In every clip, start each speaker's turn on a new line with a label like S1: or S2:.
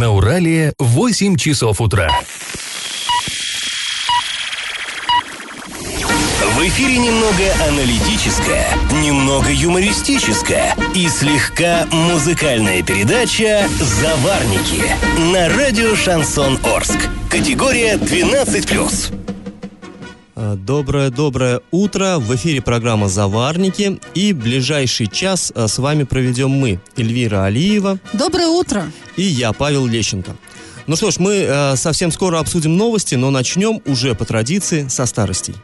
S1: На Урале 8 часов утра. В эфире немного аналитическая, немного юмористическая и слегка музыкальная передача «Заварники» на радио «Шансон Орск». Категория 12+.
S2: Доброе утро. В эфире программа «Заварники». И ближайший час с вами проведем мы, Эльвира Алиева.
S3: Доброе утро.
S2: И я, Павел Лещенко. Ну что ж, мы совсем скоро обсудим новости, но начнем уже по традиции со старостей.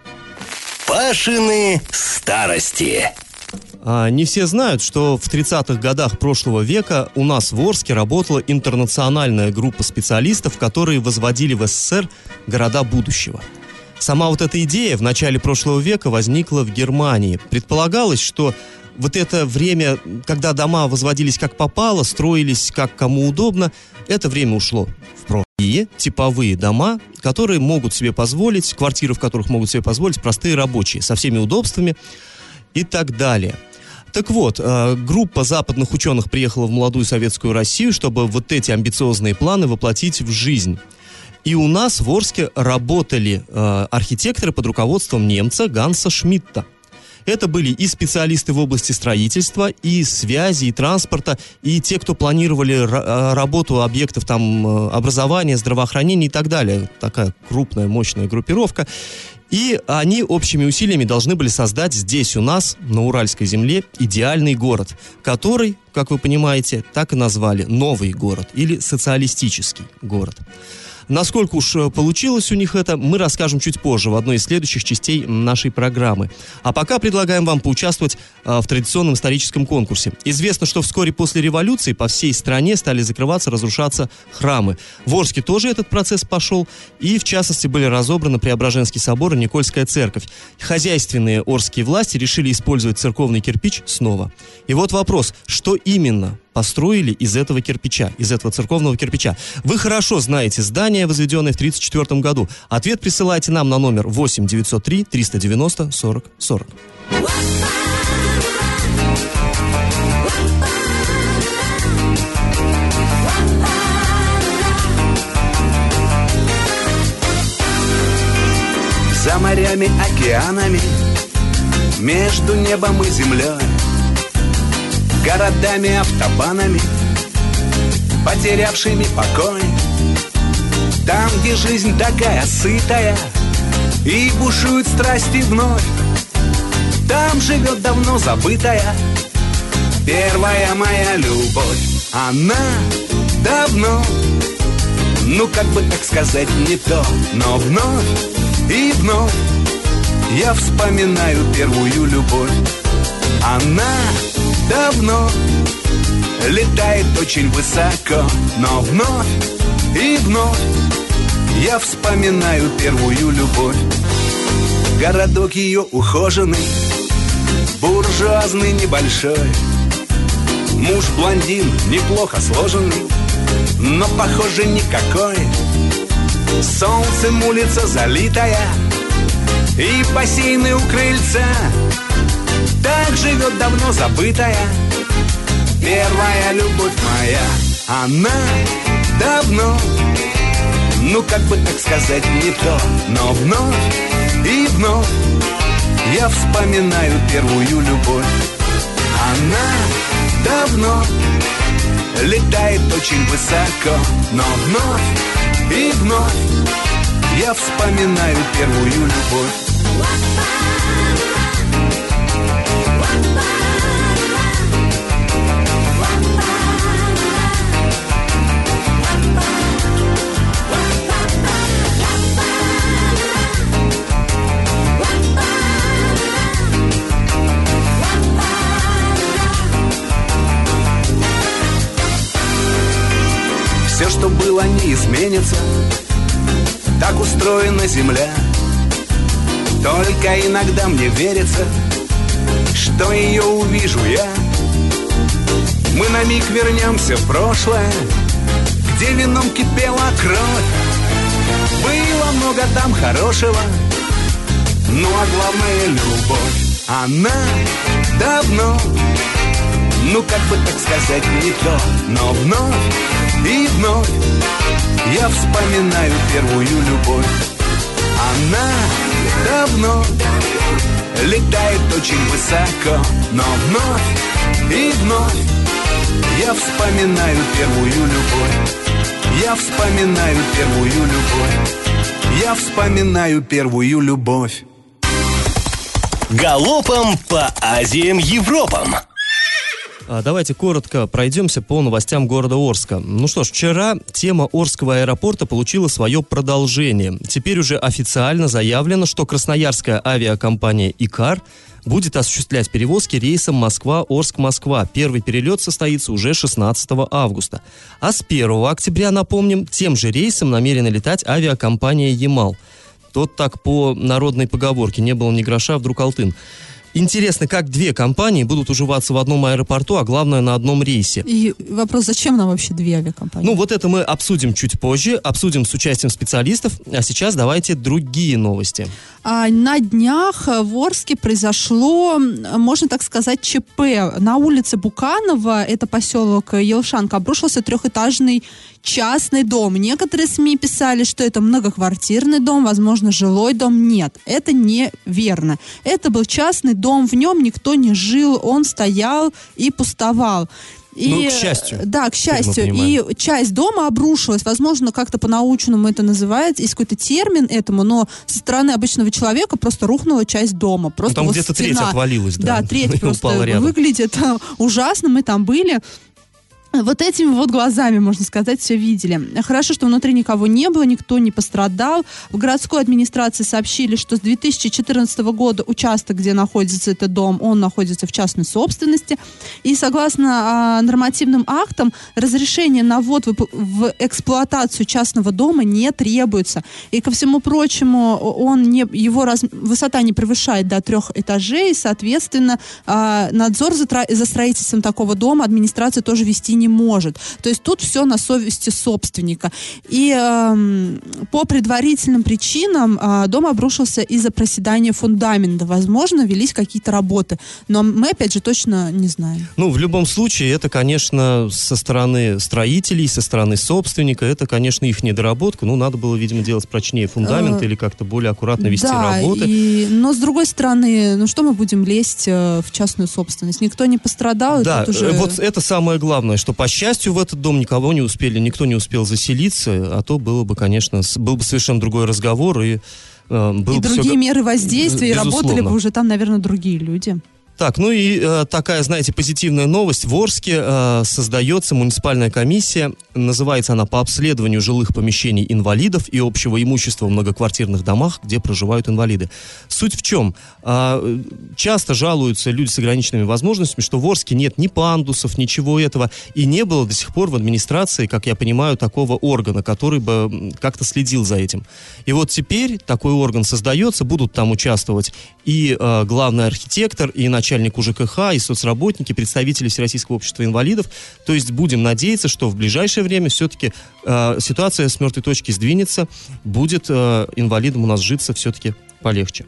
S1: Пашины старости.
S2: Не все знают, что в 30-х годах прошлого века у нас в Орске работала интернациональная группа специалистов, которые возводили в СССР города будущего. Сама вот эта идея в начале прошлого века возникла в Германии. Предполагалось, что вот это время, когда дома возводились как попало, строились как кому удобно, это время ушло в прошлое. Типовые дома, которые могут себе позволить, квартиры, в которых могут себе позволить простые рабочие, со всеми удобствами и так далее. Так вот, группа западных ученых приехала в молодую советскую Россию, чтобы вот эти амбициозные планы воплотить в жизнь. И у нас в Орске работали архитекторы под руководством немца Ганса Шмидта. Это были и специалисты в области строительства, и связи, и транспорта, и те, кто планировали работу объектов там образования, здравоохранения и так далее. Такая крупная, мощная группировка. И они общими усилиями должны были создать здесь у нас, на Уральской земле, идеальный город, который, как вы понимаете, так и назвали «Новый город» или «Социалистический город». Насколько уж получилось у них это, мы расскажем чуть позже в одной из следующих частей нашей программы. А пока предлагаем вам поучаствовать в традиционном историческом конкурсе. Известно, что вскоре после революции по всей стране стали закрываться, разрушаться храмы. В Орске тоже этот процесс пошел, и в частности были разобраны Преображенский собор и Никольская церковь. Хозяйственные орские власти решили использовать церковный кирпич снова. И вот вопрос, что именно построили из этого кирпича, из этого церковного кирпича? Вы хорошо знаете здание, возведенное в 1934 году. Ответ присылайте нам на номер 8 903 390 40 40.
S4: За морями, океанами, между небом и землей, городами, автобанами, потерявшими покой. Там, где жизнь такая сытая и бушуют страсти вновь, там живет давно забытая первая моя любовь. Она давно, ну как бы так сказать, не то, но вновь и вновь я вспоминаю первую любовь. Она давно летает очень высоко, но вновь и вновь я вспоминаю первую любовь. Городок ее ухоженный, буржуазный небольшой. Муж блондин, неплохо сложенный, но похоже никакой. Солнцем улица залитая и бассейны у крыльца. Так живет давно забытая первая любовь моя. Она давно, ну как бы так сказать, не то, но вновь и вновь я вспоминаю первую любовь. Она давно летает очень высоко, но вновь и вновь я вспоминаю первую любовь. Все, что было, не изменится. Так устроена земля. Только иногда мне верится, что ее увижу я. Мы на миг вернемся в прошлое, где вином кипела кровь. Было много там хорошего, ну а главное любовь. Она давно, ну как бы так сказать, не то, но вновь и вновь я вспоминаю первую любовь. Она давно летает очень высоко, но вновь и вновь я вспоминаю первую любовь. Я вспоминаю первую любовь. Я вспоминаю первую любовь.
S1: Галопом по Азиям, Европам.
S2: Давайте коротко пройдемся по новостям города Орска. Ну что ж, вчера тема Орского аэропорта получила свое продолжение. Теперь уже официально заявлено, что красноярская авиакомпания «Икар» будет осуществлять перевозки рейсом Москва-Орск-Москва. Первый перелет состоится уже 16 августа. А с 1 октября, напомним, тем же рейсом намерена летать авиакомпания «Ямал». Тот так по народной поговорке: не было ни гроша, вдруг алтын. Интересно, как две компании будут уживаться в одном аэропорту, а главное, на одном рейсе.
S3: И вопрос, зачем нам вообще две авиакомпании?
S2: Ну, вот это мы обсудим чуть позже, обсудим с участием специалистов. А сейчас давайте другие новости.
S3: На днях в Орске произошло, можно так сказать, ЧП. На улице Буканова, это поселок Елшанка, обрушился трехэтажный частный дом. Некоторые СМИ писали, что это многоквартирный дом, возможно, жилой дом. Нет, это неверно. Это был частный дом, в нем никто не жил, он стоял и пустовал. И,
S2: к счастью.
S3: Да, к счастью. И часть дома обрушилась. Возможно, как-то по-научному это называется. Есть какой-то термин этому, но со стороны обычного человека просто рухнула часть дома. Просто
S2: там где-то
S3: стена.
S2: треть отвалилась.
S3: Да, треть просто выглядит ужасно. Мы там были. Вот этими вот глазами, можно сказать, все видели. Хорошо, что внутри никого не было, никто не пострадал. В городской администрации сообщили, что с 2014 года участок, где находится этот дом, он находится в частной собственности. И согласно нормативным актам, разрешение на ввод в эксплуатацию частного дома не требуется. И ко всему прочему, его высота не превышает до 3 этажей. Соответственно, надзор за строительством такого дома администрация тоже вести не может. То есть тут все на совести собственника. И по предварительным причинам дом обрушился из-за проседания фундамента. Возможно, велись какие-то работы. Но мы, опять же, точно не знаем.
S2: Ну, в любом случае, это, конечно, со стороны строителей, со стороны собственника, это, конечно, их недоработка. Ну, надо было, видимо, делать прочнее фундамент или как-то более аккуратно вести работы.
S3: Но, с другой стороны, ну, что мы будем лезть в частную собственность? Никто не пострадал.
S2: Да,
S3: тут уже...
S2: вот это самое главное, что, по счастью, в этот дом никто не успел заселиться, а то было бы, конечно, был бы совершенно другой разговор, и
S3: другие меры воздействия,
S2: безусловно.
S3: И работали бы уже там, наверное, другие люди.
S2: Так, ну и такая, знаете, позитивная новость. В Орске создается муниципальная комиссия. Называется она «По обследованию жилых помещений инвалидов и общего имущества в многоквартирных домах, где проживают инвалиды». Суть в чем? Часто жалуются люди с ограниченными возможностями, что в Орске нет ни пандусов, ничего этого. И не было до сих пор в администрации, как я понимаю, такого органа, который бы как-то следил за этим. И вот теперь такой орган создается, будут там участвовать и главный архитектор, и начальник УЖКХ, и соцработники, представители Всероссийского общества инвалидов. То есть будем надеяться, что в ближайшее время все-таки ситуация с мертвой точки сдвинется, будет инвалидам у нас житься все-таки полегче.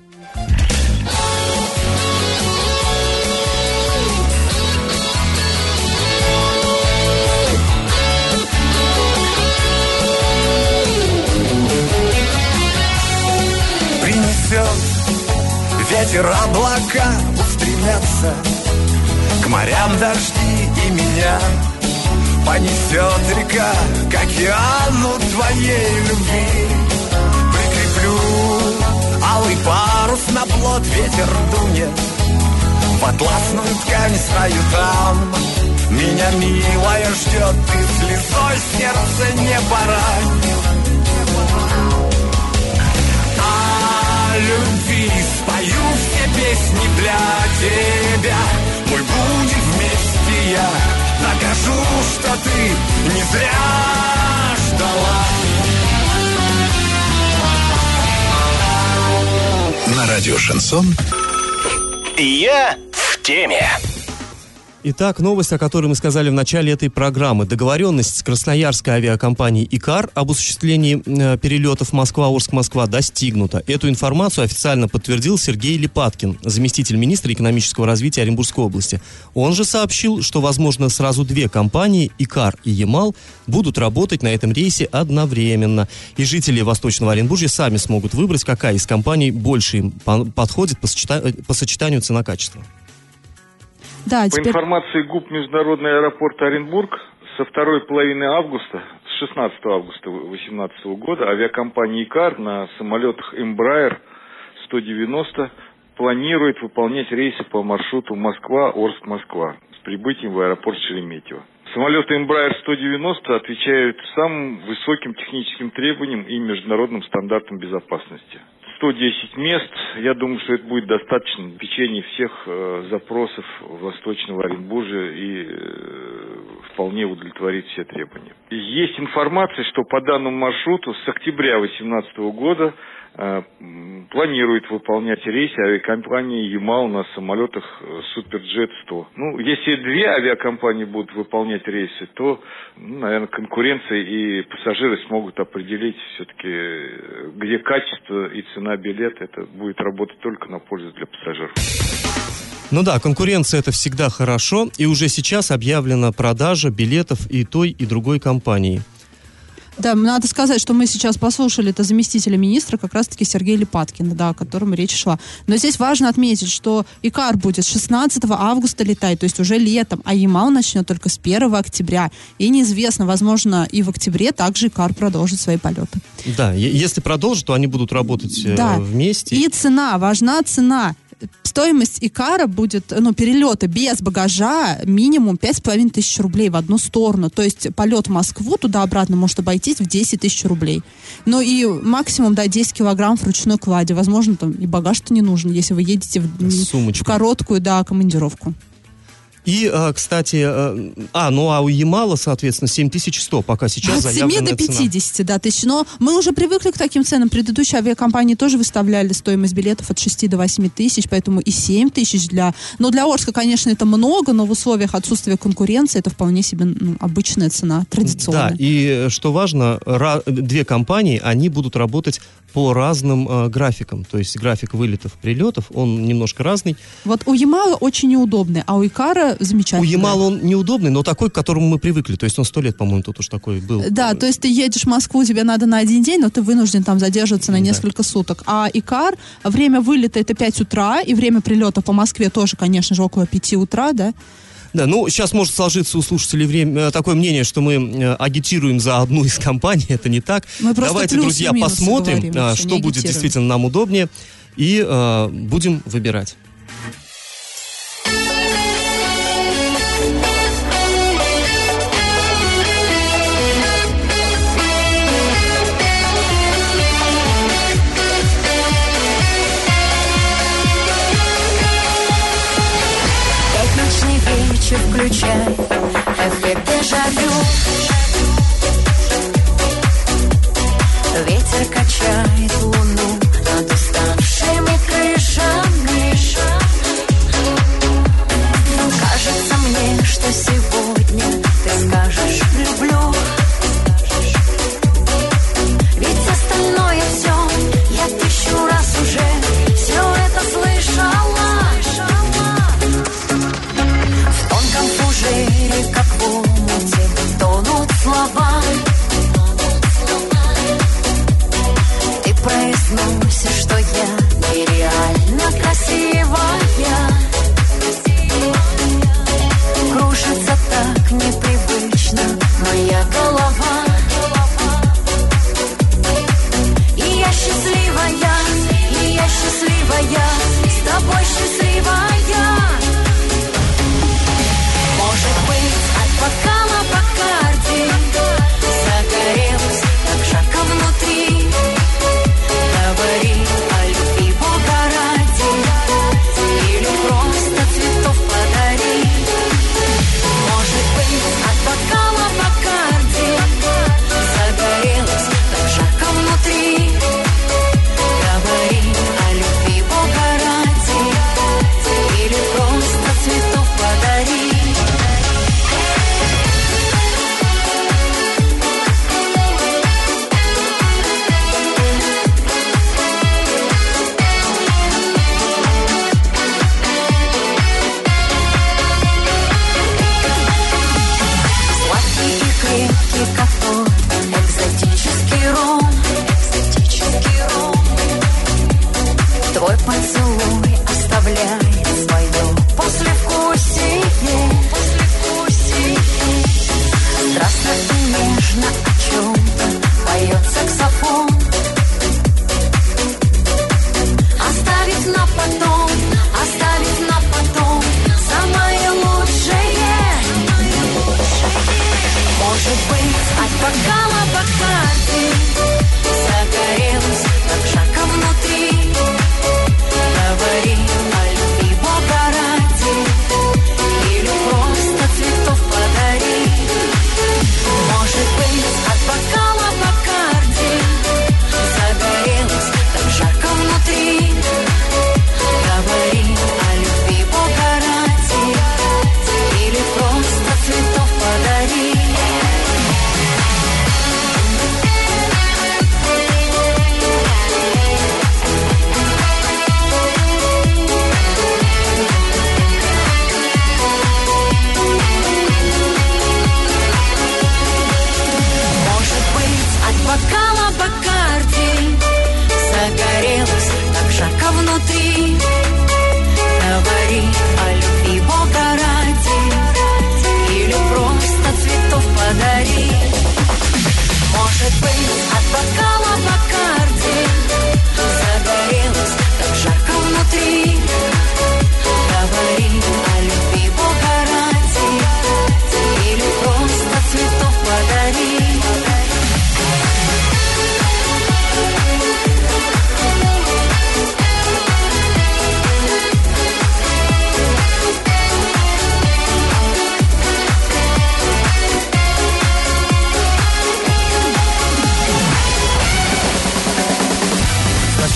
S4: Принесет ветер облака, устремятся к морям дожди, и меня понесет река к океану твоей любви. Прикреплю алый парус на плот, ветер дунет в атласную ткань свою там. Меня, милая, ждет, ты слезой сердце не поранил. О любви спою все песни для тебя. Мы будем вместе, я докажу, что ты не зря ждала.
S1: На радио «Шансон» «Я в теме».
S2: Итак, новость, о которой мы сказали в начале этой программы. Договоренность с красноярской авиакомпанией «Икар» об осуществлении перелетов Москва-Орск-Москва достигнута. Эту информацию официально подтвердил Сергей Липаткин, заместитель министра экономического развития Оренбургской области. Он же сообщил, что, возможно, сразу две компании, «Икар» и «Ямал», будут работать на этом рейсе одновременно. И жители Восточного Оренбуржья сами смогут выбрать, какая из компаний больше им подходит по сочетанию цена-качество.
S3: Да,
S5: По информации ГУП Международный аэропорт Оренбург, со второй половины августа, с 16 августа 2018 года, авиакомпания «Икар» на самолетах Embraer 190 планирует выполнять рейсы по маршруту Москва-Орск-Москва с прибытием в аэропорт Шереметьево. Самолеты Embraer 190 отвечают самым высоким техническим требованиям и международным стандартам безопасности. 110 мест, я думаю, что это будет достаточно в течение всех запросов Восточного Оренбуржья и вполне удовлетворит все требования. Есть информация, что по данному маршруту с октября 2018 года планирует выполнять рейсы авиакомпании «Ямал» на самолетах «Суперджет-100». Ну, если две авиакомпании будут выполнять рейсы, то, наверное, конкуренция и пассажиры смогут определить все-таки, где качество и цена билета. Это будет работать только на пользу для пассажиров.
S2: Ну да, конкуренция — это всегда хорошо, и уже сейчас объявлена продажа билетов и той, и другой компании.
S3: Да, надо сказать, что мы сейчас послушали это заместителя министра, как раз-таки Сергея Липаткина, да, о котором речь шла. Но здесь важно отметить, что «Икар» будет 16 августа летать, то есть уже летом, а «Ямал» начнет только с 1 октября. И неизвестно, возможно, и в октябре также «Икар» продолжит свои полеты.
S2: Да, если продолжит, то они будут работать вместе.
S3: И цена, важна цена. Стоимость «Икара» будет, перелета без багажа минимум 5500 рублей в одну сторону. То есть полет в Москву туда-обратно может обойтись в 10 тысяч рублей. Ну и максимум, 10 килограмм в ручной кладе. Возможно, там и багаж-то не нужен, если вы едете в короткую, командировку. И,
S2: кстати, у «Ямала», соответственно, 7100 пока сейчас заявленная цена. От 7 до 50,
S3: да, тысяч. Но мы уже привыкли к таким ценам. Предыдущие авиакомпании тоже выставляли стоимость билетов от 6 до 8 тысяч, поэтому и 7 тысяч для Орска, конечно, это много, но в условиях отсутствия конкуренции это вполне себе обычная цена, традиционная.
S2: Да, и что важно, две компании, они будут работать по разным графикам. То есть график вылетов-прилетов, он немножко разный.
S3: Вот у «Ямала» очень неудобный, а у «Икара» замечательный.
S2: У «Ямала» он неудобный, но такой, к которому мы привыкли. То есть он 100 лет, по-моему, тут уж такой был.
S3: Да, то есть ты едешь в Москву, тебе надо на один день, но ты вынужден там задерживаться на несколько суток. А «Икар», время вылета это 5 утра, и время прилета по Москве тоже, конечно же, около 5 утра, да?
S2: Да, сейчас может сложиться у слушателей такое мнение, что мы агитируем за одну из компаний. Это не так. Давайте, друзья, посмотрим, что будет действительно нам удобнее, и будем выбирать.
S6: Включай эффект дежавю. Ветер качает луну над уставшими крышами. Кажется мне, что сегодня ты скажешь «люблю». Ведь остальное все я 1000 раз уже все это слышала. Как в омуте тонут слова. Ты произносишь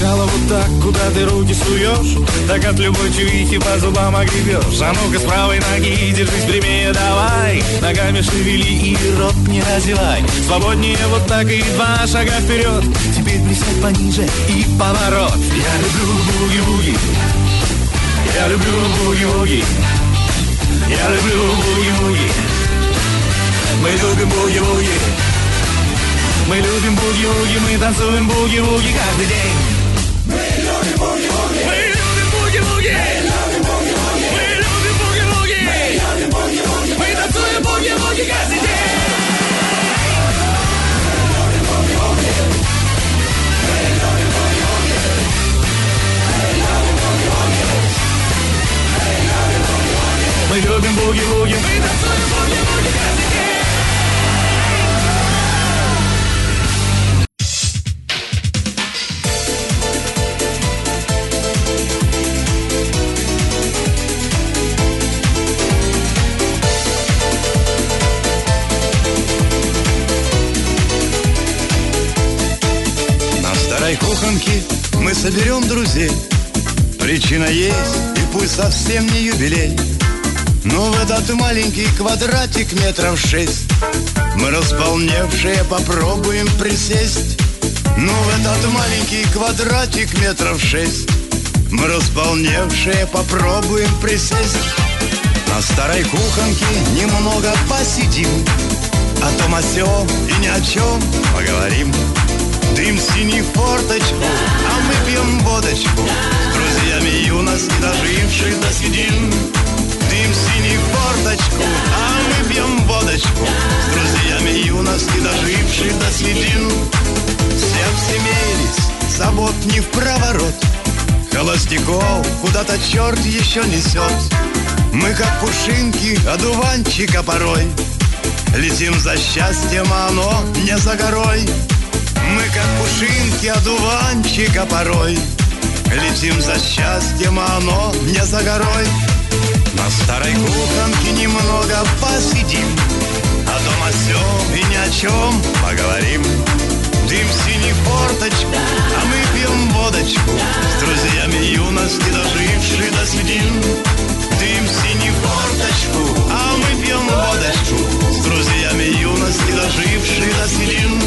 S7: Сначала вот так, куда ты руки суешь, так от любой чуихи по зубам огребешь. А ну-ка с правой ноги держись прямее, давай. Ногами шевели и рот не разевай. Свободнее вот так и 2 шага вперед. Теперь присядь пониже и поворот. Я люблю буги-буги. Я люблю буги-буги. Я люблю буги-буги. Мы любим буги-буги. Мы любим буги-буги, мы танцуем буги-буги каждый день. Мы любим буги-буги. Мы любим буги-буги. Мы любим буги-буги. Мы любим буги-буги. Мы танцуем буги-буги каждый день. Мы любим буги-буги. Мы танцуем буги-буги каждый день.
S8: Кухонки мы соберем друзей. Причина есть, и пусть совсем не юбилей. Но в этот маленький квадратик 6 метров мы располневшие попробуем присесть. Но в этот маленький квадратик 6 метров мы располневшие попробуем присесть. На старой кухонке немного посидим, о том о сём и ни о чем поговорим. Дым синий форточку, а мы пьем водочку, с друзьями юности дожившие до седин. Дым синий форточку, а мы пьем водочку, с друзьями юности дожившие до седин. Все всемелись, забот не в проворот, холостяков куда-то черт еще несет. Мы как пушинки одуванчика порой летим за счастьем, а оно не за горой. Мы как пушинки одуванчика порой летим за счастьем, а оно не за горой. На старой кухонке немного посидим, о том о сём и ни о чем поговорим. Дым синий форточку, а мы пьем водочку, с друзьями юности дожившие до седин. Дым синий форточку, а мы пьем водочку, с друзьями юности дожившие до седин.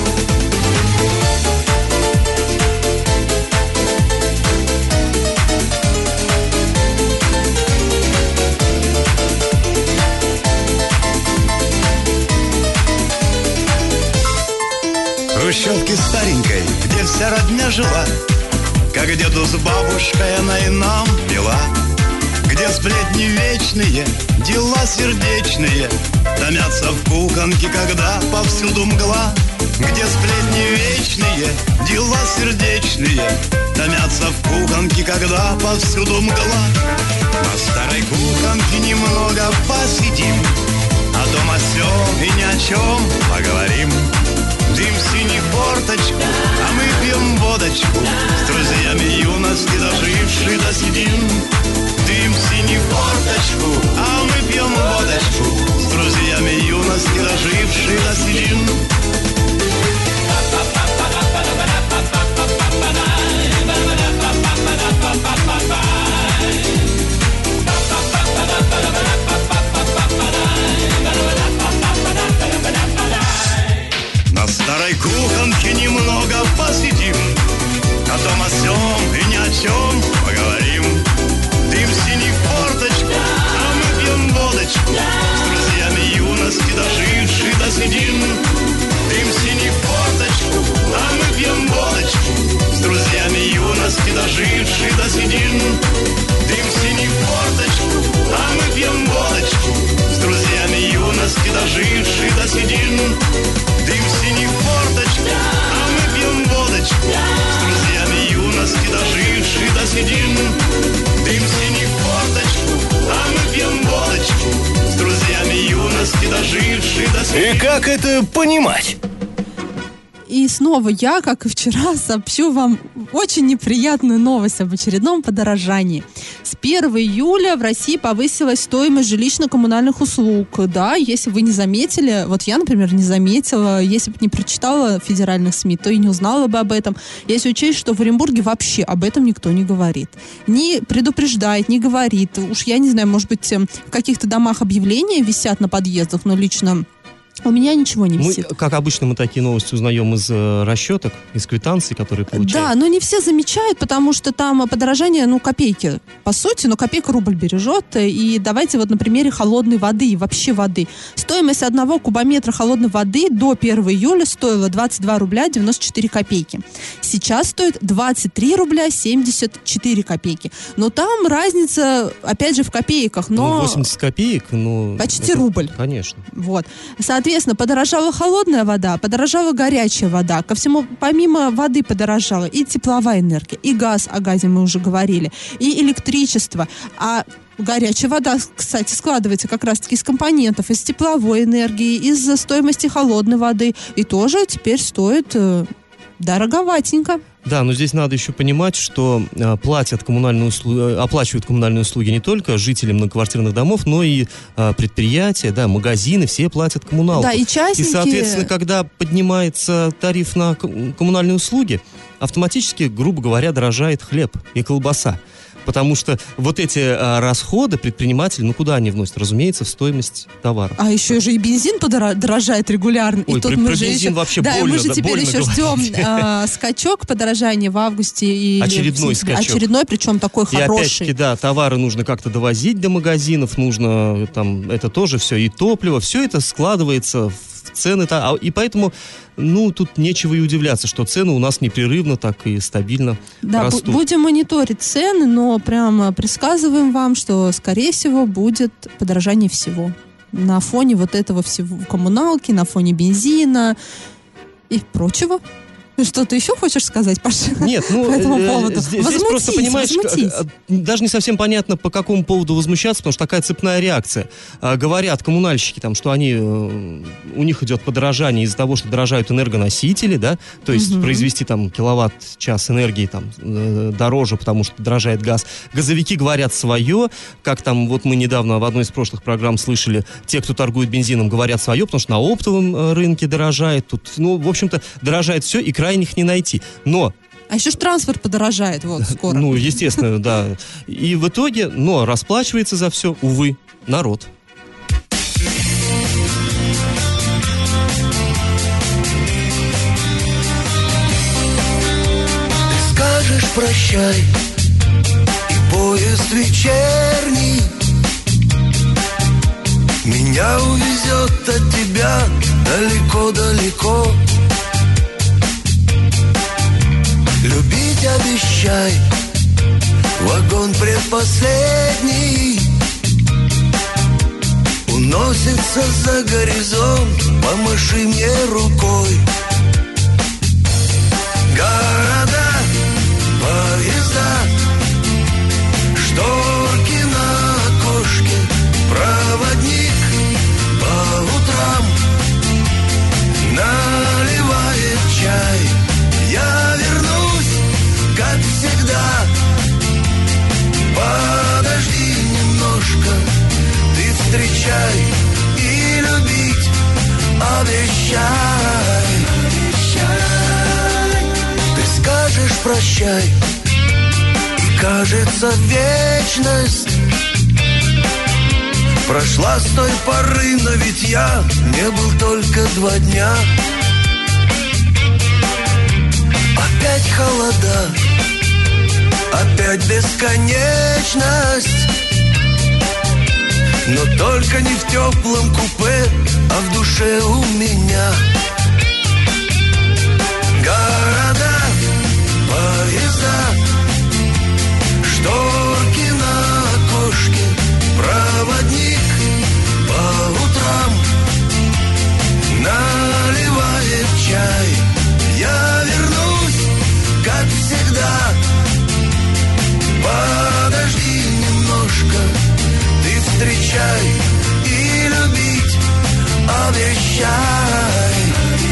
S8: Хрущевки старенькой, где вся родня жила, как деду с бабушкой она и нам пила. Где сплетни вечные, дела сердечные томятся в кухонке, когда повсюду мгла. Где сплетни вечные, дела сердечные томятся в кухонке, когда повсюду мгла. На старой кухонке немного посидим, о том о сём и ни о чем поговорим. Дым синий форточку, а мы пьем водочку, с друзьями юности дожившие до седин. Дым синий форточку, а мы пьем водочку, с друзьями юности дожившие до седин. На старой кухонке немного посидим, о том о сём и ни о чем поговорим. Дым синий форточку, а мы пьем водочку, с друзьями юности дожившие до седин. Дым синий форточку, а мы пьем водочку, с друзьями юности дожившие до седин. Дым синий форточку, а мы пьем водочку, с друзьями юности дожившие до седин. Дым синий форточку, а мы пьем водочку, с друзьями юности дожившие до седин. Дым синий форточку, а мы пьем водочку, с друзьями юности дожившие до седин.
S1: И как это понимать?
S3: И снова я, как и вчера, сообщу вам очень неприятную новость об очередном подорожании. С 1 июля в России повысилась стоимость жилищно-коммунальных услуг. Да, если вы не заметили, вот я, например, не заметила, если бы не прочитала федеральных СМИ, то и не узнала бы об этом. Если учесть, что в Оренбурге вообще об этом никто не говорит. Не предупреждает, не говорит. Уж я не знаю, может быть, в каких-то домах объявления висят на подъездах, но лично у меня ничего не висит.
S2: Как обычно, мы такие новости узнаем из расчеток, из квитанций, которые получаем.
S3: Да, но не все замечают, потому что там подорожание, копейки, по сути, но копейка рубль бережет. И давайте вот на примере холодной воды и вообще воды. Стоимость 1 кубометра холодной воды до 1 июля стоила 22 рубля 94 копейки. Сейчас стоит 23 рубля 74 копейки. Но там разница, опять же, в копейках. Но
S2: 80 копеек,
S3: почти рубль.
S2: Конечно.
S3: Вот. Соответственно, подорожала холодная вода, подорожала горячая вода. Ко всему, помимо воды подорожала и тепловая энергия, и газ, о газе мы уже говорили, и электричество. А горячая вода, кстати, складывается как раз-таки из компонентов, из тепловой энергии, из стоимости холодной воды. И тоже теперь стоит дороговатенько.
S2: Да, но здесь надо еще понимать, что оплачивают коммунальные услуги не только жители многоквартирных домов, но и предприятия, да, магазины, все платят коммуналку.
S3: Да, и частники.
S2: И, соответственно, когда поднимается тариф на коммунальные услуги, автоматически, грубо говоря, дорожает хлеб и колбаса. Потому что вот эти расходы предприниматели, куда они вносят? Разумеется, в стоимость товара.
S3: А еще же и бензин дорожает регулярно.
S2: Ой,
S3: и тут
S2: про
S3: мы же
S2: бензин
S3: еще,
S2: вообще
S3: да,
S2: больно.
S3: Мы же теперь еще ждем
S2: говорить.
S3: скачок подорожания в августе.
S2: Очередной скачок.
S3: Очередной, причем такой
S2: и
S3: хороший.
S2: И опять-таки, да, товары нужно как-то довозить до магазинов, нужно там, это тоже все, и топливо, все это складывается в цены. И поэтому, тут нечего и удивляться, что цены у нас непрерывно так и стабильно растут.
S3: Будем мониторить цены, но прямо предсказываем вам, что, скорее всего, будет подорожание всего. На фоне вот этого всего коммуналки, на фоне бензина и прочего. Что-то еще хочешь сказать, Паша?
S2: Нет,
S3: по этому поводу?
S2: Здесь просто, понимаешь, даже не совсем понятно, по какому поводу возмущаться, потому что такая цепная реакция. Говорят коммунальщики, что у них идет подорожание из-за того, что дорожают энергоносители, да, то есть произвести киловатт-час энергии дороже, потому что дорожает газ. Газовики говорят свое, как мы недавно в одной из прошлых программ слышали, те, кто торгует бензином, говорят свое, потому что на оптовом рынке дорожает. Тут, в общем-то, дорожает все, и крайних не найти. Но...
S3: А еще ж транспорт подорожает скоро.
S2: Естественно, да. И в итоге, расплачивается за все, увы, народ.
S8: Ты скажешь прощай, и поезд вечерний меня увезет от тебя далеко-далеко. Любить обещай, вагон предпоследний уносится за горизонт, помаши мне рукой. Города, поезда, шторки на окошке, проводник по утрам наливает чай. Я вернусь, как всегда. Подожди немножко, ты встречай и любить обещай. Ты скажешь прощай, и кажется вечность прошла с той поры, но ведь я не был только 2 дня. Опять холода, опять бесконечность, но только не в теплом купе, а в душе у меня. Города, поезда, шторки на окошке, проводник по утрам наливает чай. Я вернусь, как всегда. Подожди немножко, ты встречай и любить обещай.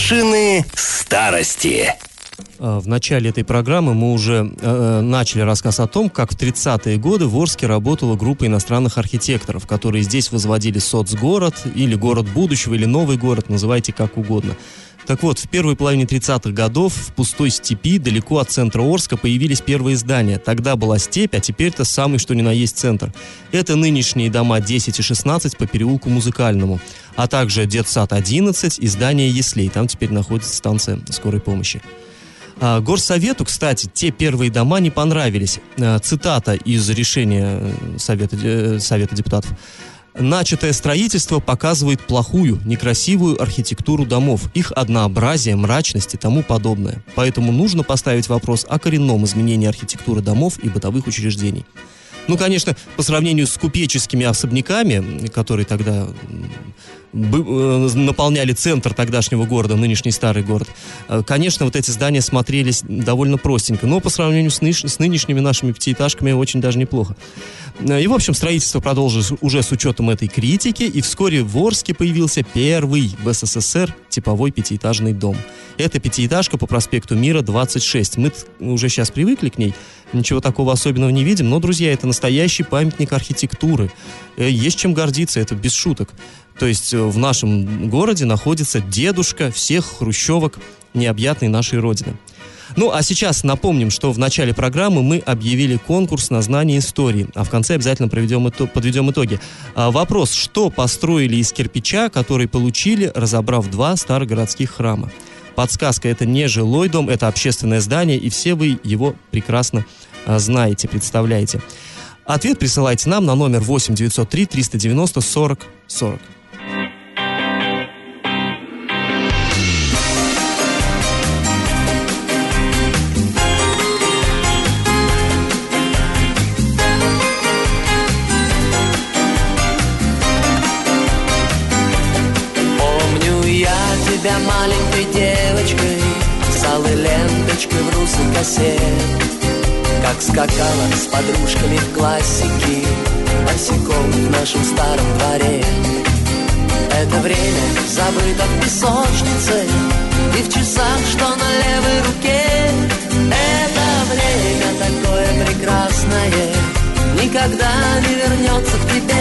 S1: Машины старости.
S2: В начале этой программы мы уже начали рассказ о том, как в 30-е годы в Орске работала группа иностранных архитекторов, которые здесь возводили соцгород, или город будущего, или новый город, называйте как угодно. Так вот, в первой половине 30-х годов в пустой степи, далеко от центра Орска, появились первые здания. Тогда была степь, а теперь-то самый что ни на есть центр. Это нынешние дома 10 и 16 по переулку Музыкальному, а также детсад 11 и здание Яслей. Там теперь находится станция скорой помощи. Горсовету, кстати, те первые дома не понравились. Цитата из решения Совета депутатов. «Начатое строительство показывает плохую, некрасивую архитектуру домов, их однообразие, мрачность и тому подобное. Поэтому нужно поставить вопрос о коренном изменении архитектуры домов и бытовых учреждений». Ну, конечно, по сравнению с купеческими особняками, которые тогда наполняли центр тогдашнего города, нынешний старый город, конечно, вот эти здания смотрелись довольно простенько, но по сравнению с нынешними нашими пятиэтажками очень даже неплохо. И, в общем, строительство продолжилось уже с учетом этой критики, и вскоре в Орске появился первый в СССР типовой пятиэтажный дом. Это пятиэтажка по проспекту Мира, 26. Мы уже сейчас привыкли к ней, ничего такого особенного не видим, но, друзья, это настоящий памятник архитектуры. Есть чем гордиться, это без шуток. То есть в нашем городе находится дедушка всех хрущевок необъятной нашей Родины. Ну, а сейчас напомним, что в начале программы мы объявили конкурс на знание истории, а в конце обязательно подведем итоги. Вопрос: что построили из кирпича, который получили, разобрав 2 старогородских храма? Подсказка: это не жилой дом, это общественное здание, и все вы его прекрасно знаете, представляете. Ответ присылайте нам на номер 8 903 390 40 40.
S9: Тебя маленькой девочкой с алой ленточкой в русый кассет, как скакала с подружками в классике босиком в нашем старом дворе. Это время забыто в песочнице и в часах, что на левой руке. Это время такое прекрасное никогда не вернется к тебе.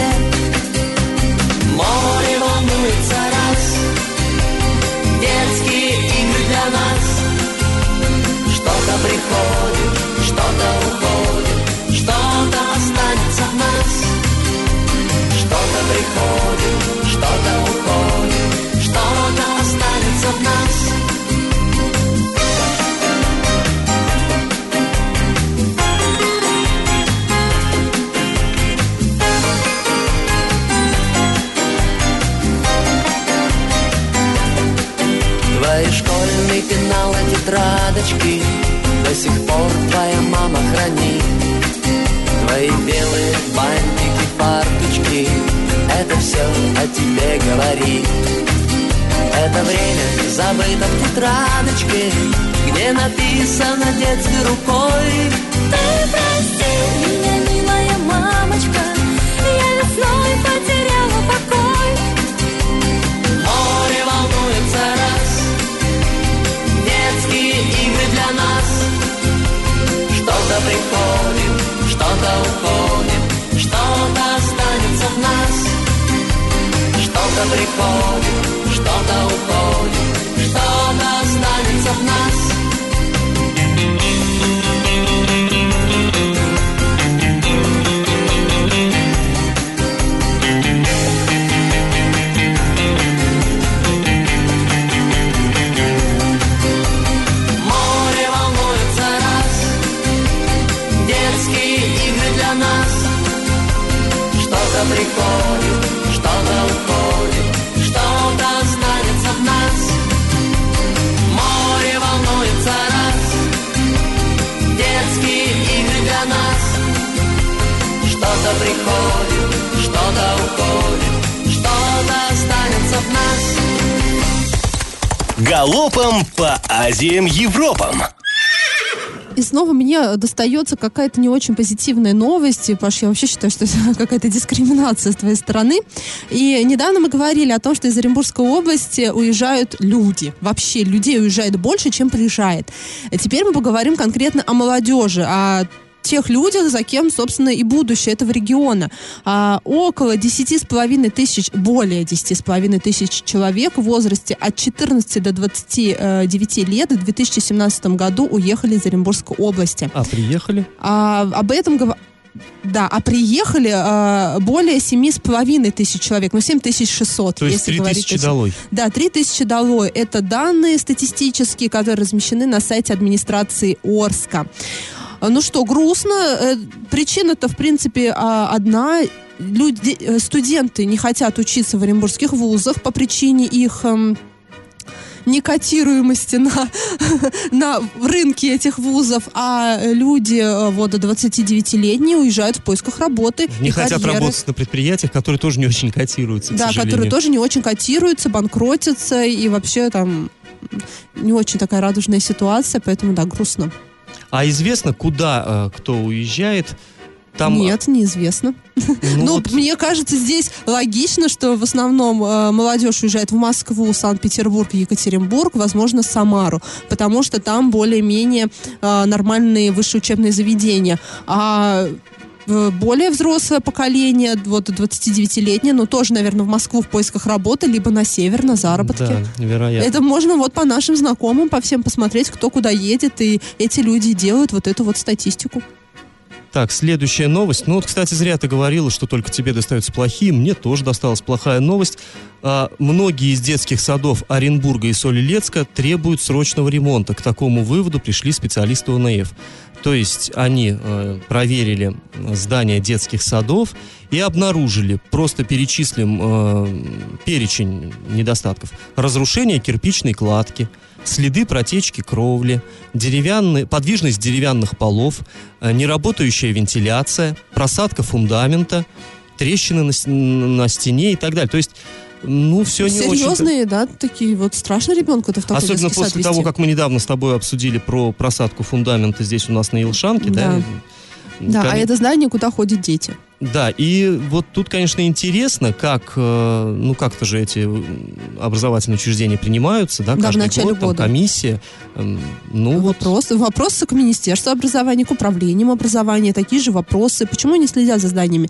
S9: Море волнуется раз, детские игры для нас. Что-то приходит, что-то уходит, что-то останется в нас. Что-то приходит, что-то уходит, что-то останется в нас. Твои школьные пеналы, тетрадочки до сих пор твоя мама хранит. Твои белые бантики, фарточки, это все о тебе говорит. Это время забыто в тетрадочке, где написано детской рукой: ты прости меня, милая мамочка, я весной потеряла покой. Море волнуется раз, детские игры для нас. Что-то приходит, что-то уходит, что-то останется в нас. Что-то приходит, что-то уходит, что-то останется в нас. Что-то приходит, что-то уходит, что-то останется в нас. Море волнуется раз, детские игры для нас. Что-то приходит, что-то уходит, что-то останется в нас.
S1: Галопом по Азиям Европам.
S3: И снова мне достается какая-то не очень позитивная новость. Паш, я вообще считаю, что это какая-то дискриминация с твоей стороны. И недавно мы говорили о том, что из Оренбургской области уезжают люди. Вообще людей уезжает больше, чем приезжает. Теперь мы поговорим конкретно о молодежи, о тех людях, за кем, собственно, и будущее этого региона. Около 10,5 тысяч, более 10,5 тысяч человек в возрасте от 14 до 29 лет в 2017 году уехали из Оренбургской области.
S2: А приехали?
S3: Об этом приехали более 7,5 тысяч человек, 7600.
S2: То есть 3000 долой.
S3: Да, 3000 долой. Это данные статистические, которые размещены на сайте администрации Орска. Ну что, грустно. Причина-то, в принципе, одна. Студенты не хотят учиться в оренбургских вузах по причине их некотируемости на рынке этих вузов, а люди до 29-летние уезжают в поисках работы.
S2: Не хотят работать на предприятиях, которые тоже не очень котируются, к сожалению.
S3: Которые тоже не очень котируются, банкротятся, и вообще там не очень такая радужная ситуация, поэтому, да, грустно.
S2: А известно, куда кто уезжает? Там...
S3: Нет, неизвестно. Мне кажется, здесь логично, что в основном молодежь уезжает в Москву, Санкт-Петербург, Екатеринбург, возможно, Самару, потому что там более-менее нормальные высшие учебные заведения. А более взрослое поколение, 29-летнее, но тоже, наверное, в Москву в поисках работы, либо на север, на заработки.
S2: Да, вероятно.
S3: Это можно по нашим знакомым, по всем посмотреть, кто куда едет, и эти люди делают эту статистику.
S2: Так, следующая новость. Кстати, зря ты говорила, что только тебе достаются плохие. Мне тоже досталась плохая новость. Многие из детских садов Оренбурга и Соль-Илецка требуют срочного ремонта. К такому выводу пришли специалисты ОНФ. То есть они проверили здания детских садов и обнаружили, просто перечислим перечень недостатков. Разрушение кирпичной кладки, следы протечки кровли, подвижность деревянных полов, неработающая вентиляция, просадка фундамента, трещины на стене и так далее. То есть все не очень...
S3: Серьезные, да, такие страшно ребенку-то в такой детский сад вести.
S2: Особенно после того, как мы недавно с тобой обсудили про просадку фундамента здесь у нас на Елшанке, да?
S3: Да, а это здание, куда ходят дети.
S2: Да, и тут, конечно, интересно, как-то же эти образовательные учреждения принимаются, да, каждый
S3: в начале
S2: год,
S3: года.
S2: Комиссия.
S3: Вопросы к Министерству образования, к управлениям образования, такие же вопросы. Почему они следят за зданиями?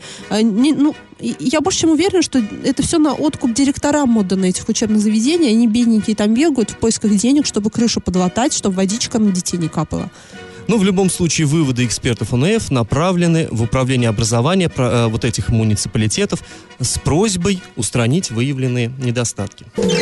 S3: Я больше чем уверена, что это все на откуп директорам отдано этих учебных заведений. Они бедненькие там бегают в поисках денег, чтобы крышу подлатать, чтобы водичка на детей не капала.
S2: В любом случае, выводы экспертов ОНФ направлены в управление образования этих муниципалитетов с просьбой устранить выявленные недостатки.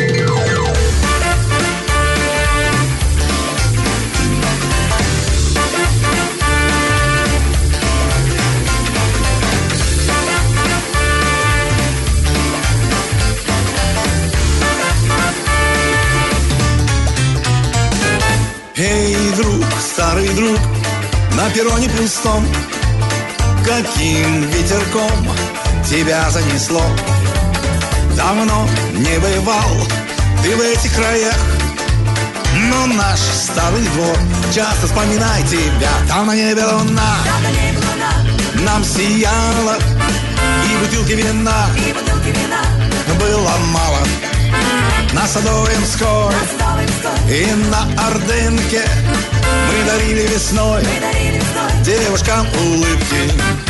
S8: Эй, друг, старый друг, на перроне пустом, каким ветерком тебя занесло? Давно не бывал ты в этих краях, но наш старый двор часто вспоминает тебя. Там на небе луна, нам сияла, и бутылки вина было мало. На Садовинской и на Ордынке мы дарили весной девушкам улыбки.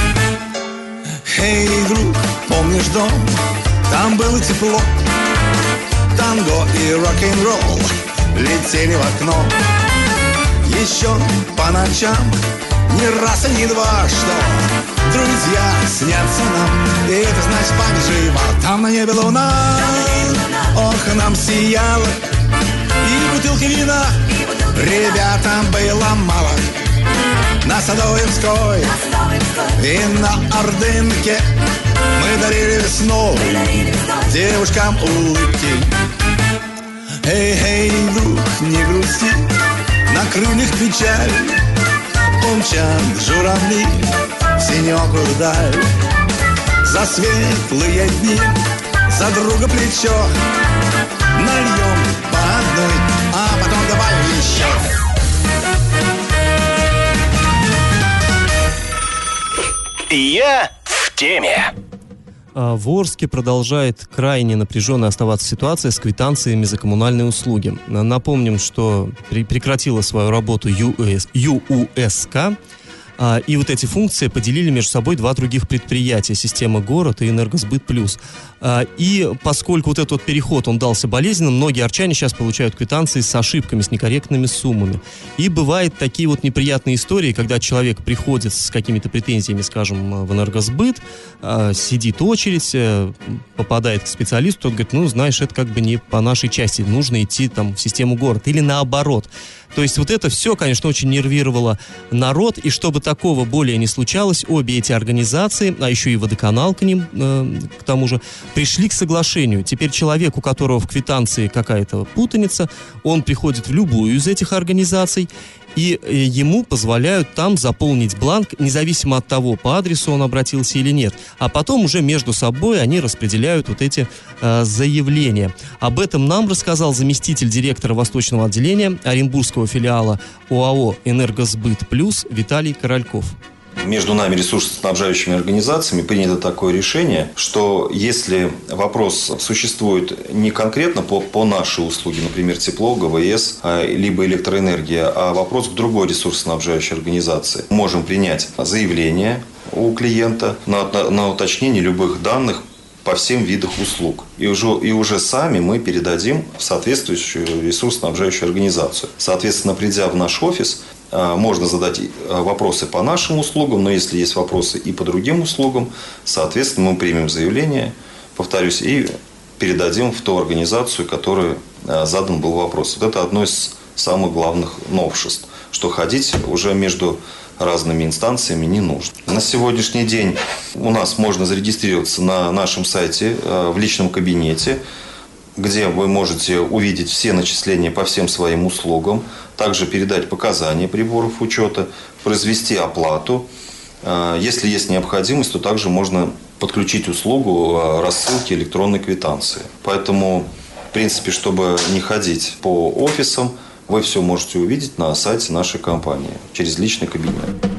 S8: Эй, друг, помнишь дом? Там было тепло, танго и рок-н-ролл летели в окно. Еще по ночам не раз и не два, что друзья снятся нам, и это значит память жива. Там на небе луна, ох, нам сияла, и бутылки вина ребятам было мало. На Садовинской и на Ордынке мы дарили весной девушкам улыбки. Эй, эй, друг, не грусти, на крыльях печаль умчат журавли в синёкую даль. За светлые дни, за друга плечо нальем по одной, а потом добавим еще.
S1: Я в теме.
S2: В Орске продолжает крайне напряженно оставаться ситуация с квитанциями за коммунальные услуги. Напомним, что прекратила свою работу ЮУСК. И вот эти функции поделили между собой два других предприятия: «Система Город» и «Энергосбыт Плюс». И поскольку вот этот вот переход, он дался болезненным, многие арчане сейчас получают квитанции с ошибками, с некорректными суммами. И бывают такие вот неприятные истории, когда человек приходит с какими-то претензиями, скажем, в «Энергосбыт», сидит очередь, попадает к специалисту, тот говорит: ну, знаешь, это как бы не по нашей части, нужно идти там в «Систему Город». Или наоборот. То есть вот это все, конечно, очень нервировало народ, и чтобы такого более не случалось, обе эти организации, а еще и водоканал к ним, к тому же, пришли к соглашению. Теперь человек, у которого в квитанции какая-то путаница, он приходит в любую из этих организаций, и ему позволяют там заполнить бланк, независимо от того, по адресу он обратился или нет. А потом уже между собой они распределяют вот эти заявления. Об этом нам рассказал заместитель директора Восточного отделения Оренбургского филиала ОАО «Энергосбыт Плюс» Виталий Корольков.
S10: Между нами, ресурсоснабжающими организациями, принято такое решение, что если вопрос существует не конкретно по нашей услуге, например, тепло, ГВС, либо электроэнергия, а вопрос к другой ресурсоснабжающей организации, можем принять заявление у клиента на уточнение любых данных по всем видам услуг. И уже сами мы передадим в соответствующую ресурсоснабжающую организацию. Соответственно, придя в наш офис, можно задать вопросы по нашим услугам, но если есть вопросы и по другим услугам, соответственно, мы примем заявление, повторюсь, и передадим в ту организацию, которой задан был вопрос. Вот это одно из самых главных новшеств, что ходить уже между разными инстанциями не нужно. На сегодняшний день у нас можно зарегистрироваться на нашем сайте в личном кабинете, где вы можете увидеть все начисления по всем своим услугам, также передать показания приборов учета, произвести оплату. Если есть необходимость, то также можно подключить услугу рассылки электронной квитанции. Поэтому, в принципе, чтобы не ходить по офисам, вы все можете увидеть на сайте нашей компании через личный кабинет.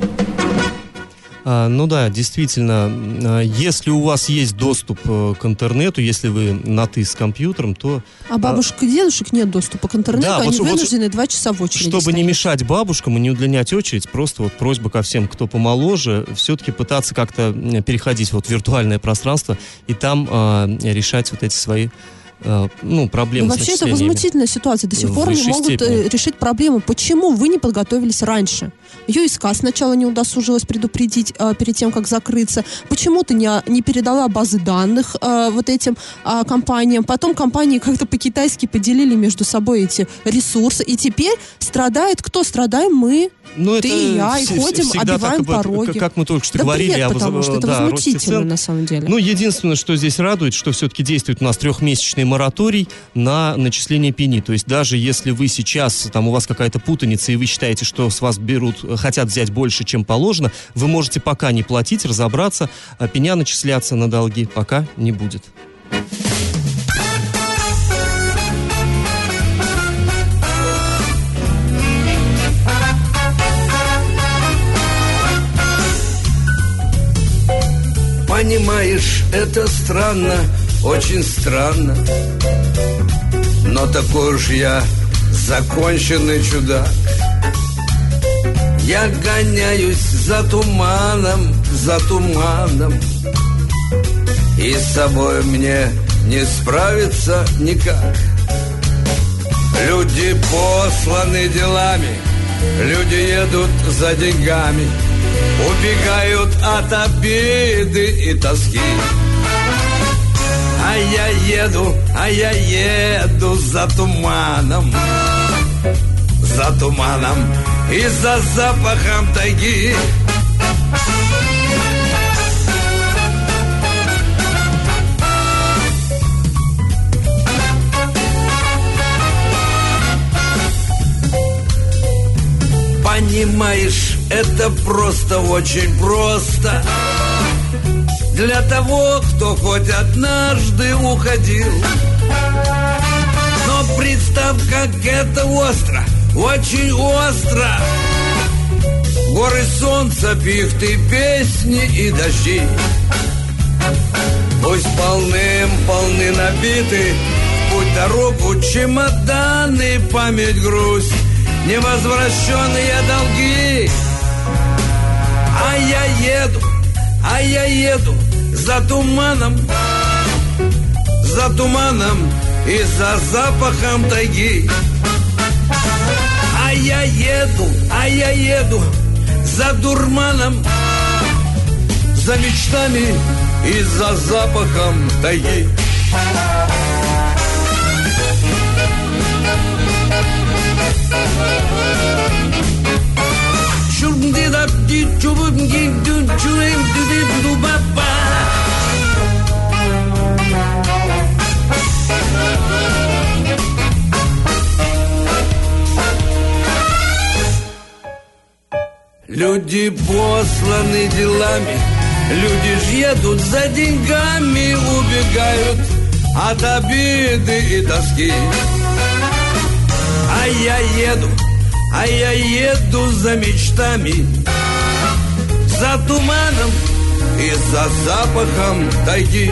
S2: Ну да, действительно, если у вас есть доступ к интернету, если вы на «ты» с компьютером, то...
S3: А бабушек и дедушек нет доступа к интернету, да, они вынуждены 2 часа в очереди
S2: Чтобы
S3: стоять.
S2: Не мешать бабушкам и не удлинять очередь, просто вот просьба ко всем, кто помоложе, все-таки пытаться как-то переходить вот в виртуальное пространство и там решать вот эти свои... проблемы.
S3: Вообще это возмутительная ситуация. До сих пор не могут решить проблему. Почему вы не подготовились раньше? ЮСК сначала не удосужилась предупредить перед тем, как закрыться. Почему ты не передала базы данных вот этим компаниям? Потом компании как-то по-китайски поделили между собой эти ресурсы. И теперь страдает кто? Страдаем мы. Ты и я, и ходим, обиваем пороги.
S2: Как мы только что говорили.
S3: Потому что это возмутительно на самом деле.
S2: Единственное, что здесь радует, что все-таки действует у нас 3-месячный мораторий на начисление пени. То есть даже если вы сейчас, у вас какая-то путаница, и вы считаете, что с вас хотят взять больше, чем положено, вы можете пока не платить, разобраться, а пеня начисляться на долги пока не будет.
S11: Понимаешь, это странно, очень странно, но такой уж я законченный чудак. Я гоняюсь за туманом, и с собой мне не справиться никак. Люди посланы делами, люди едут за деньгами, убегают от обиды и тоски. А я еду за туманом и за запахом тайги. Понимаешь, это просто, очень просто для того, кто хоть однажды уходил. Но представь, как это остро, очень остро горы, солнца, пихты, песни и дожди. Пусть полны набиты в путь дорогу чемоданы, память, грусть, невозвращенные долги. А я еду за туманом и за запахом тайги. А я еду за дурманом, за мечтами и за запахом тайги. Люди посланы делами, люди ж едут за деньгами, убегают от обиды и тоски. А я еду за мечтами, за туманом и за запахом тайги.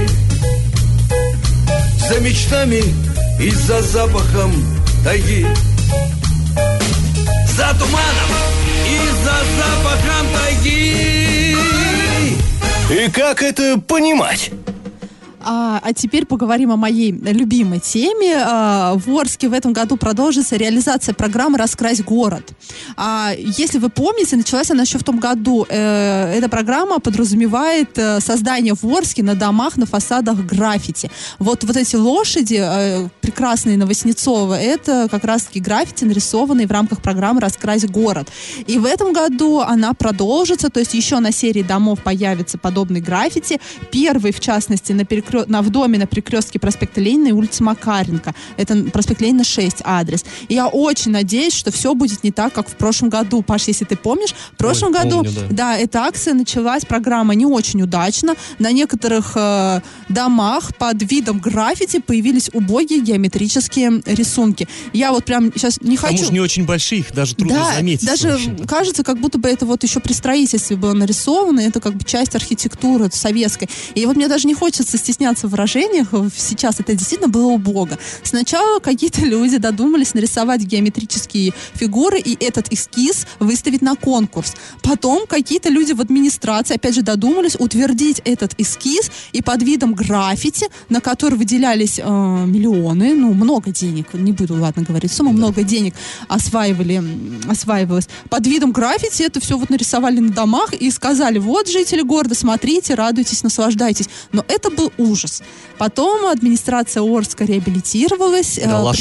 S11: За мечтами и за запахом тайги. За туманом и за запахом тайги.
S1: И как это понимать?
S3: А теперь поговорим о моей любимой теме. В Орске в этом году продолжится реализация программы «Раскрась город». Если вы помните, началась она еще в том году. Эта программа подразумевает создание в Орске на домах, на фасадах граффити. Вот эти лошади, прекрасные на Васнецова, это как раз-таки граффити, нарисованные в рамках программы «Раскрась город». И в этом году она продолжится, то есть еще на серии домов появится подобный граффити. Первый, в частности, в доме на перекрестке проспекта Ленина и улицы Макаренко. Это проспект Ленина 6 адрес. И я очень надеюсь, что все будет не так, как в прошлом году. Паш, если ты помнишь, в прошлом году, да, эта акция началась, программа не очень удачно. На некоторых домах под видом граффити появились убогие геометрические рисунки. Я вот прям сейчас не хочу...
S2: Потому что не очень большие, их даже трудно заметить.
S3: Даже кажется, как будто бы это вот еще при строительстве было нарисовано, это как бы часть архитектуры советской. И вот мне даже не хочется стесняться в выражениях, сейчас это действительно было убого. Сначала какие-то люди додумались нарисовать геометрические фигуры и этот эскиз выставить на конкурс. Потом какие-то люди в администрации, опять же, додумались утвердить этот эскиз и под видом граффити, на который выделялись миллионы, много денег, не буду, говорить сумму, много денег осваивалось. Под видом граффити это все нарисовали на домах и сказали: вот, жители города, смотрите, радуйтесь, наслаждайтесь. Но это был ужас. Потом администрация Орска реабилитировалась,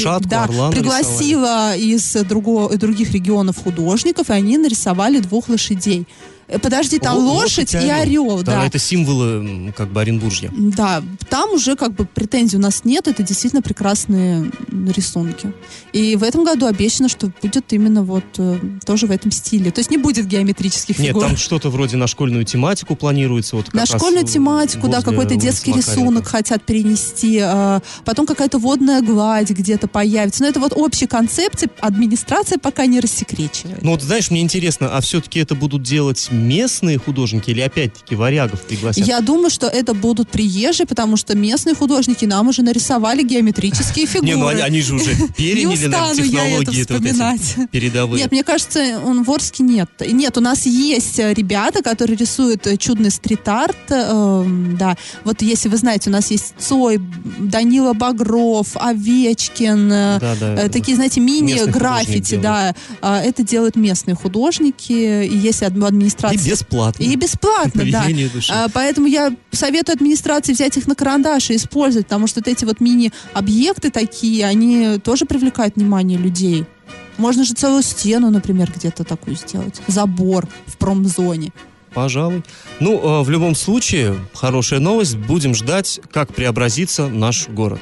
S3: пригласила из других регионов художников, и они нарисовали 2 лошадей. Подожди, там лошадь и орел.
S2: Да, это символы Оренбуржья.
S3: Да, там уже претензий у нас нет, это действительно прекрасные рисунки. И в этом году обещано, что будет именно тоже в этом стиле. То есть не будет геометрических фигур.
S2: Нет, там что-то вроде на школьную тематику планируется.
S3: На школьную тематику, да, какой-то детский рисунок хотят перенести. Потом какая-то водная гладь где-то появится. Но это общие концепции администрация пока не рассекречивает.
S2: Знаешь, мне интересно, а все-таки это будут делать местные художники или опять-таки варягов пригласят?
S3: Я думаю, что это будут приезжие, потому что местные художники нам уже нарисовали геометрические фигуры.
S2: Они же уже переняли нам технологии передовые.
S3: Нет, мне кажется, в Орске нет. Нет, у нас есть ребята, которые рисуют чудный стрит-арт. Да, если вы знаете, у нас есть Цой, Данила Багров, Овечкин, такие, знаете, мини-граффити, да. Это делают местные художники, и если администрация...
S2: И бесплатно.
S3: И бесплатно, да. Поэтому я советую администрации взять их на карандаш и использовать, потому что эти мини-объекты такие, они тоже привлекают внимание людей. Можно же целую стену, например, где-то такую сделать. Забор в промзоне.
S2: Пожалуй. В любом случае, хорошая новость. Будем ждать, как преобразится наш город.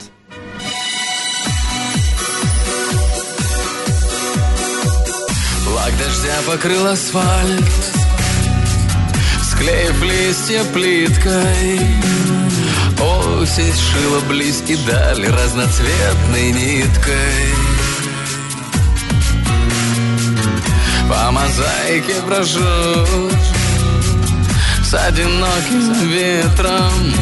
S7: Лак дождя покрыл асфальт, склеив листья плиткой. Осень сшила близкие дали разноцветной ниткой.
S11: по мозаике брожу с одиноким ветром.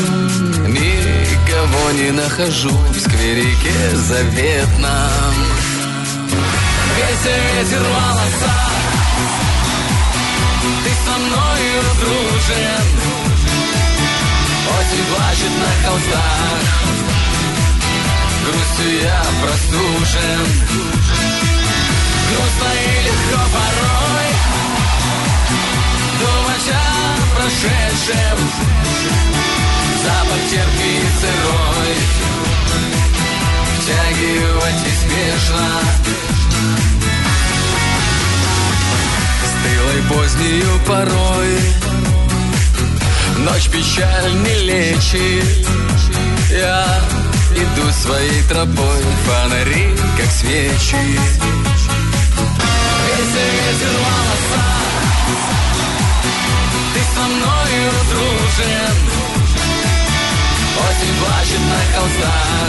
S11: Никого не нахожу в скверике заветном. Весь ветер в волосах, ты со мною дружен. Осень плачет на холстах, грустью я простужен. Грустно и легко порой думать о прошедшем. Запах терпкий и сырой втягивать неспешно. Стылой позднею порой ночь печаль не лечит. Я иду своей тропой, фонари как свечи. Весь ветер в волосах, ты со мною дружен. Осень плачет на холстах,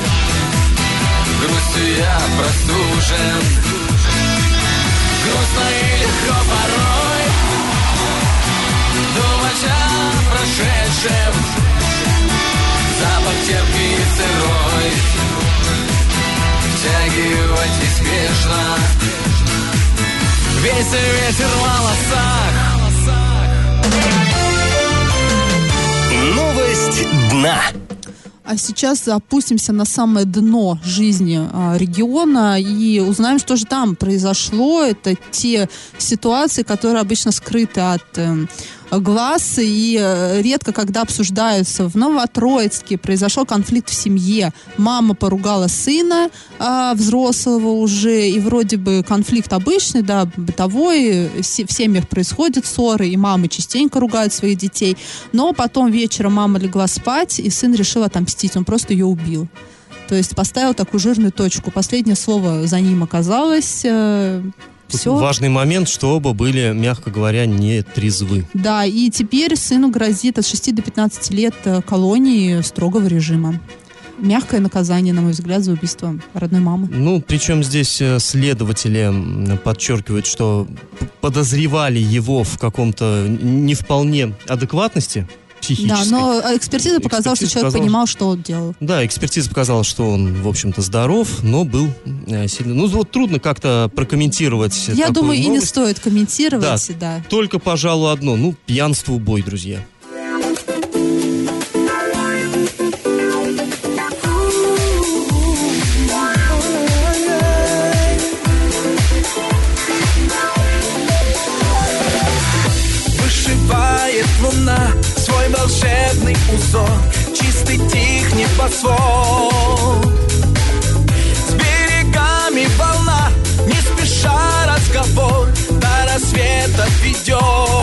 S11: грустью я простужен. Грустно и легко порой думать о прошедшем. Запах терпкий и сырой втягивать неспешно. Весь ветер в волосах.
S1: Новость дна.
S3: А сейчас опустимся на самое дно жизни региона и узнаем, что же там произошло. Это те ситуации, которые обычно скрыты от глаз и редко когда обсуждаются. В Новотроицке произошел конфликт в семье. Мама поругала сына, взрослого уже, и вроде бы конфликт обычный, да, бытовой, в семьях происходят ссоры, и мамы частенько ругают своих детей. Но потом вечером мама легла спать, и сын решил отомстить, он просто ее убил. То есть поставил такую жирную точку. Последнее слово за ним оказалось... Все.
S2: Важный момент, что оба были, мягко говоря, не трезвы.
S3: Да, и теперь сыну грозит от 6 до 15 лет колонии строгого режима. Мягкое наказание, на мой взгляд, за убийство родной мамы.
S2: Ну, причем здесь следователи подчеркивают, что подозревали его в каком-то не вполне адекватности психической.
S3: Да, но экспертиза показала, что человек понимал, что он делал.
S2: Да, экспертиза показала, что он, в общем-то, здоров, но был сильно... Ну, вот трудно как-то прокомментировать.
S3: Я думаю, новость. И не стоит комментировать, да.
S2: Только, пожалуй, одно. Ну, пьянству бой, друзья.
S12: Вышивает луна свой волшебный узор, чистый тих небосвод. С берегами волна, не спеша разговор до рассвета ведет.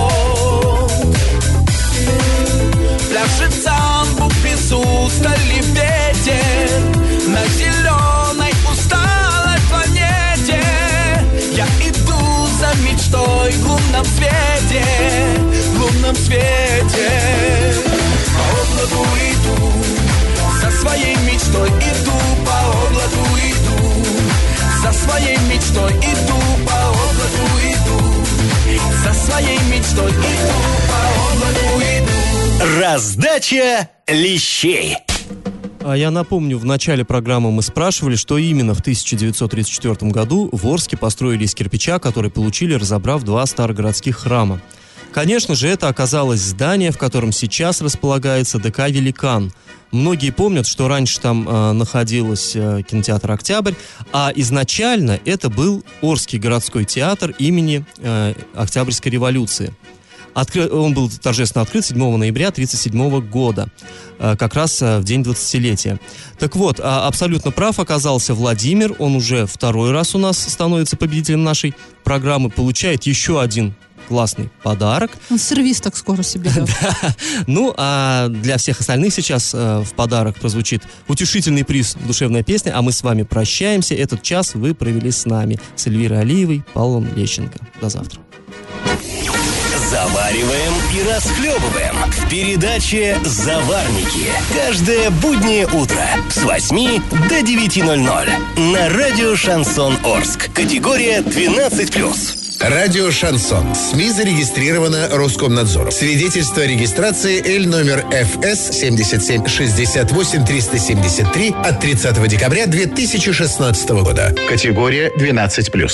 S12: Пляшет самбу без устали ветер на зеленой усталой планете. Я иду за мечтой в лунном свете, в лунном свете. По облаку иду, за своей мечтой иду, по облаку иду, за своей мечтой иду, по облаку иду, за своей мечтой иду, по облаку иду.
S1: Раздача лещей.
S2: А я напомню, в начале программы мы спрашивали, что именно в 1934 году в Орске построили из кирпича, который получили, разобрав 2 старогородских храма. Конечно же, это оказалось здание, в котором сейчас располагается ДК «Великан». Многие помнят, что раньше там находился кинотеатр «Октябрь», а изначально это был Орский городской театр имени Октябрьской революции. Он был торжественно открыт 7 ноября 1937 года, как раз в день 20-летия. Так вот, абсолютно прав оказался Владимир, он уже второй раз у нас становится победителем нашей программы, получает еще один классный подарок.
S3: Он сервис так скоро себе дает.
S2: Ну, а для всех остальных сейчас в подарок прозвучит утешительный приз «Душевная песня», а мы с вами прощаемся. Этот час вы провели с нами, с Эльвирой Алиевой, Павлом Лещенко. До завтра.
S1: Завариваем и расхлебываем в передаче «Заварники». Каждое буднее утро с 8 до 9:00 на радио «Шансон Орск». Категория 12+.
S13: Радио «Шансон». СМИ зарегистрировано Роскомнадзором. Свидетельство о регистрации Л номер ФС 7768-373 от 30 декабря 2016 года. Категория 12+.